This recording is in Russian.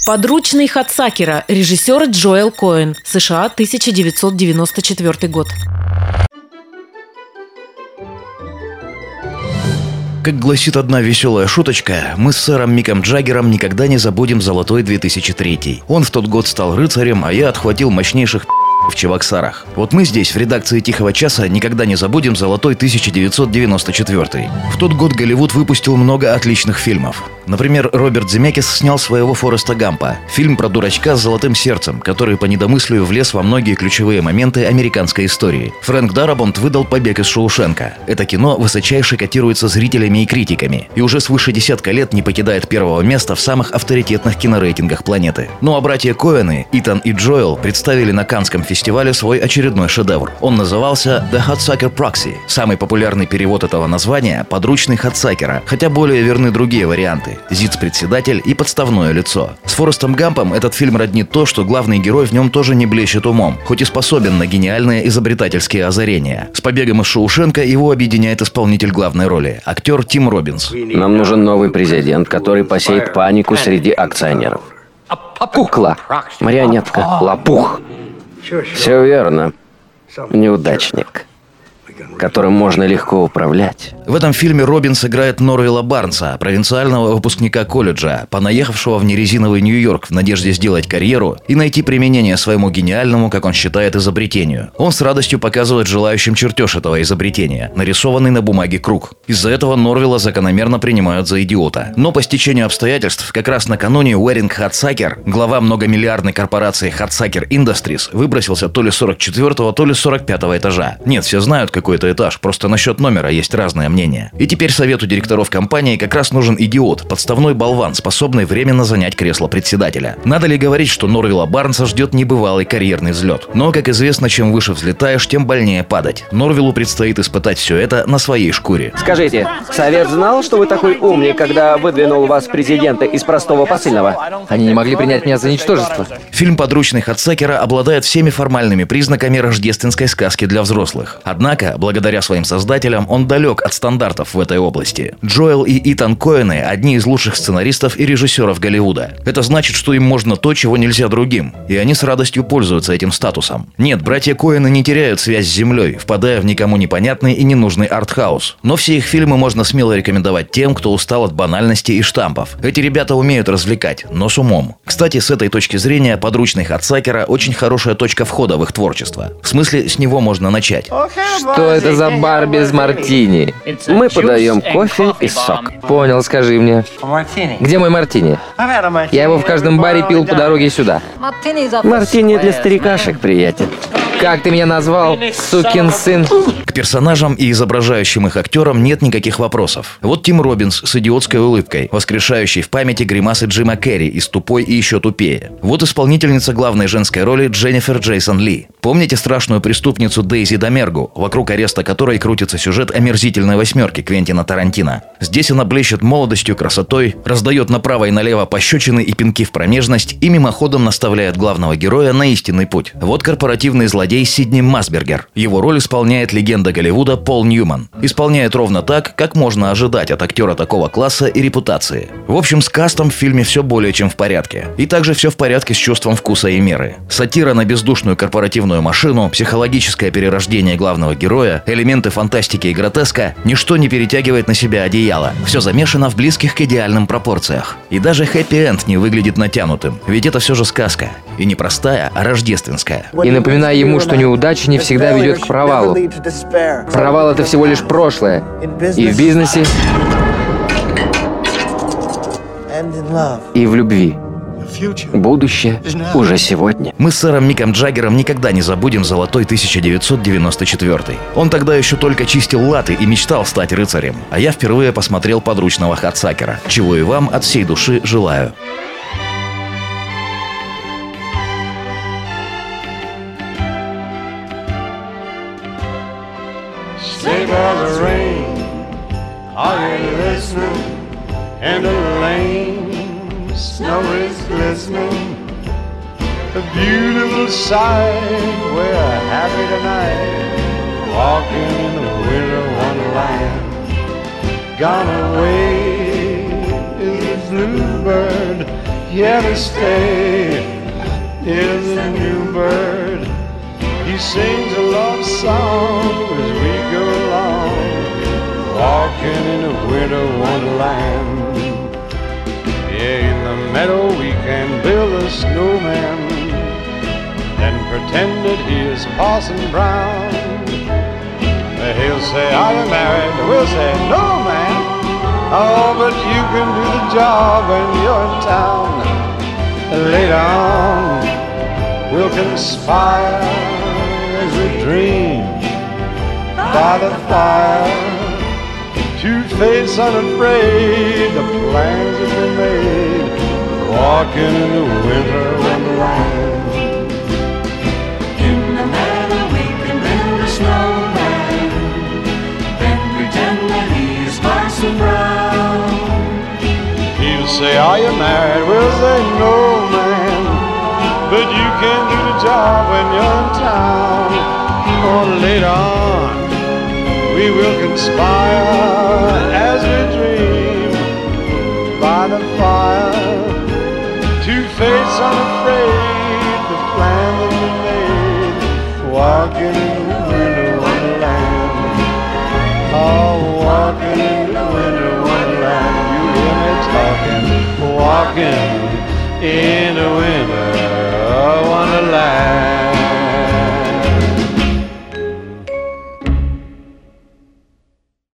Подручный Хадсакера, режиссер Джоэл Коэн, США, 1994 год. Как гласит одна веселая шуточка, мы с сэром Миком Джаггером никогда не забудем золотой 2003. Он в тот год стал рыцарем, а я отхватил мощнейших в Чебоксарах. Вот мы здесь, в редакции «Тихого часа», никогда не забудем золотой 1994. В тот год Голливуд выпустил много отличных фильмов. Например, Роберт Земекис снял своего Фореста Гампа, фильм про дурачка с золотым сердцем, который по недомыслию влез во многие ключевые моменты американской истории. Фрэнк Дарабонт выдал «Побег из Шоушенка». Это кино высочайше котируется зрителями и критиками, и уже свыше десятка лет не покидает первого места в самых авторитетных кинорейтингах планеты. Ну а братья Коэны, Итан и Джоэл, представили на Каннском фестивале свой очередной шедевр. Он назывался «The Hudsucker Proxy». Самый популярный перевод этого названия – «Подручный Хадсакера», хотя более верны другие варианты – «Зиц-председатель» и «Подставное лицо». С Форестом Гампом этот фильм роднит то, что главный герой в нем тоже не блещет умом, хоть и способен на гениальные изобретательские озарения. С «Побегом из Шоушенка» его объединяет исполнитель главной роли – актер Тим Роббинс. Нам нужен новый президент, который посеет панику среди акционеров. Кукла, марионетка, лопух. Все верно. Неудачник, которым можно легко управлять. В этом фильме Роббинс играет Норвилла Барнса, провинциального выпускника колледжа, понаехавшего в нерезиновый Нью-Йорк в надежде сделать карьеру и найти применение своему гениальному, как он считает, изобретению. Он с радостью показывает желающим чертеж этого изобретения, нарисованный на бумаге круг. Из-за этого Норвилла закономерно принимают за идиота. Но по стечению обстоятельств, как раз накануне Уэринг Хадсакер, глава многомиллиардной корпорации Hudsucker Industries, выбросился то ли с 44-го, то ли с 45-го этажа. Нет, все знают какой-то этаж, просто насчет номера есть разное мнение. И теперь совету директоров компании как раз нужен идиот, подставной болван, способный временно занять кресло председателя. Надо ли говорить, что Норвилла Барнса ждет небывалый карьерный взлет? Но, как известно, чем выше взлетаешь, тем больнее падать. Норвиллу предстоит испытать все это на своей шкуре. Скажите, совет знал, что вы такой умный, когда выдвинул вас в президенты из простого посыльного? Они не могли принять меня за ничтожество. Фильм «Подручный Хадсакера» обладает всеми формальными признаками рождественской сказки для взрослых. Однако, благодаря своим создателям, он далек от стандартов в этой области. Джоэл и Итан Коэны – одни из лучших сценаристов и режиссеров Голливуда. Это значит, что им можно то, чего нельзя другим. И они с радостью пользуются этим статусом. Нет, братья Коэны не теряют связь с землей, впадая в никому непонятный и ненужный артхаус. Но все их фильмы можно смело рекомендовать тем, кто устал от банальности и штампов. Эти ребята умеют развлекать, но с умом. Кстати, с этой точки зрения «Подручный Хадсакера» очень хорошая точка входа в их творчество. В смысле, с него можно начать. Что это за бар без мартини? Мы подаем кофе и сок. Понял, скажи мне. Где мой мартини? Я его в каждом баре пил по дороге сюда. Мартини для старикашек, приятель. Как ты меня назвал, сукин сын? К персонажам и изображающим их актерам нет никаких вопросов. Вот Тим Роббинс с идиотской улыбкой, воскрешающий в памяти гримасы Джима Керри из «Тупой и еще тупее». Вот исполнительница главной женской роли Дженнифер Джейсон Ли. Помните страшную преступницу Дейзи Домергу, вокруг ареста которой крутится сюжет омерзительной восьмерки Квентина Тарантино? Здесь она блещет молодостью, красотой, раздает направо и налево пощечины и пинки в промежность и мимоходом наставляет главного героя на истинный путь. Вот корпоративный злодей Сидни Масбергер. Его роль исполняет легенда Голливуда Пол Ньюман. Исполняет ровно так, как можно ожидать от актера такого класса и репутации. В общем, с кастом в фильме все более чем в порядке. И также все в порядке с чувством вкуса и меры. Сатира на бездушную корпоративную машину, психологическое перерождение главного героя, элементы фантастики и гротеска – ничто не перетягивает на себя одеяло. Все замешано в близких к идеальным пропорциях. И даже хэппи-энд не выглядит натянутым. Ведь это все же сказка. И не простая, а рождественская. И напоминаю ему, что неудача не всегда ведет к провалу. Провал — это всего лишь прошлое. И в бизнесе, и в любви. Будущее уже сегодня. Мы с сэром Миком Джаггером никогда не забудем золотой 1994. Он тогда еще только чистил латы и мечтал стать рыцарем. А я впервые посмотрел «Подручного Хадсакера», чего и вам от всей души желаю. Sleigh bells ring, are you listening? And the lane, snow is glistening. A beautiful sight, we're happy tonight, walking in the winter wonderland. Gone away is the bluebird, here to stay is a new bird. He sings a love song as we go along, walking in a winter wonderland. Yeah, in the meadow we can build a snowman and pretend that he is Parson Brown. He'll say, are you married? We'll say, no, man. Oh, but you can do the job when you're in town. Later on, we'll conspire as we dream by the fire to face unafraid the plans that we made, walking in the winter wonderland. In the meadow we can build a snowman, then pretend that he is Parson Brown. He'll say, are you married? We'll say, no, man, but you can do the job when you're in town. Or later on, we will conspire as we dream by the fire to face unafraid the plan that we made, walking in the winter wonderland. Oh, walking in the winter wonderland. You hear me talking, walking in the winter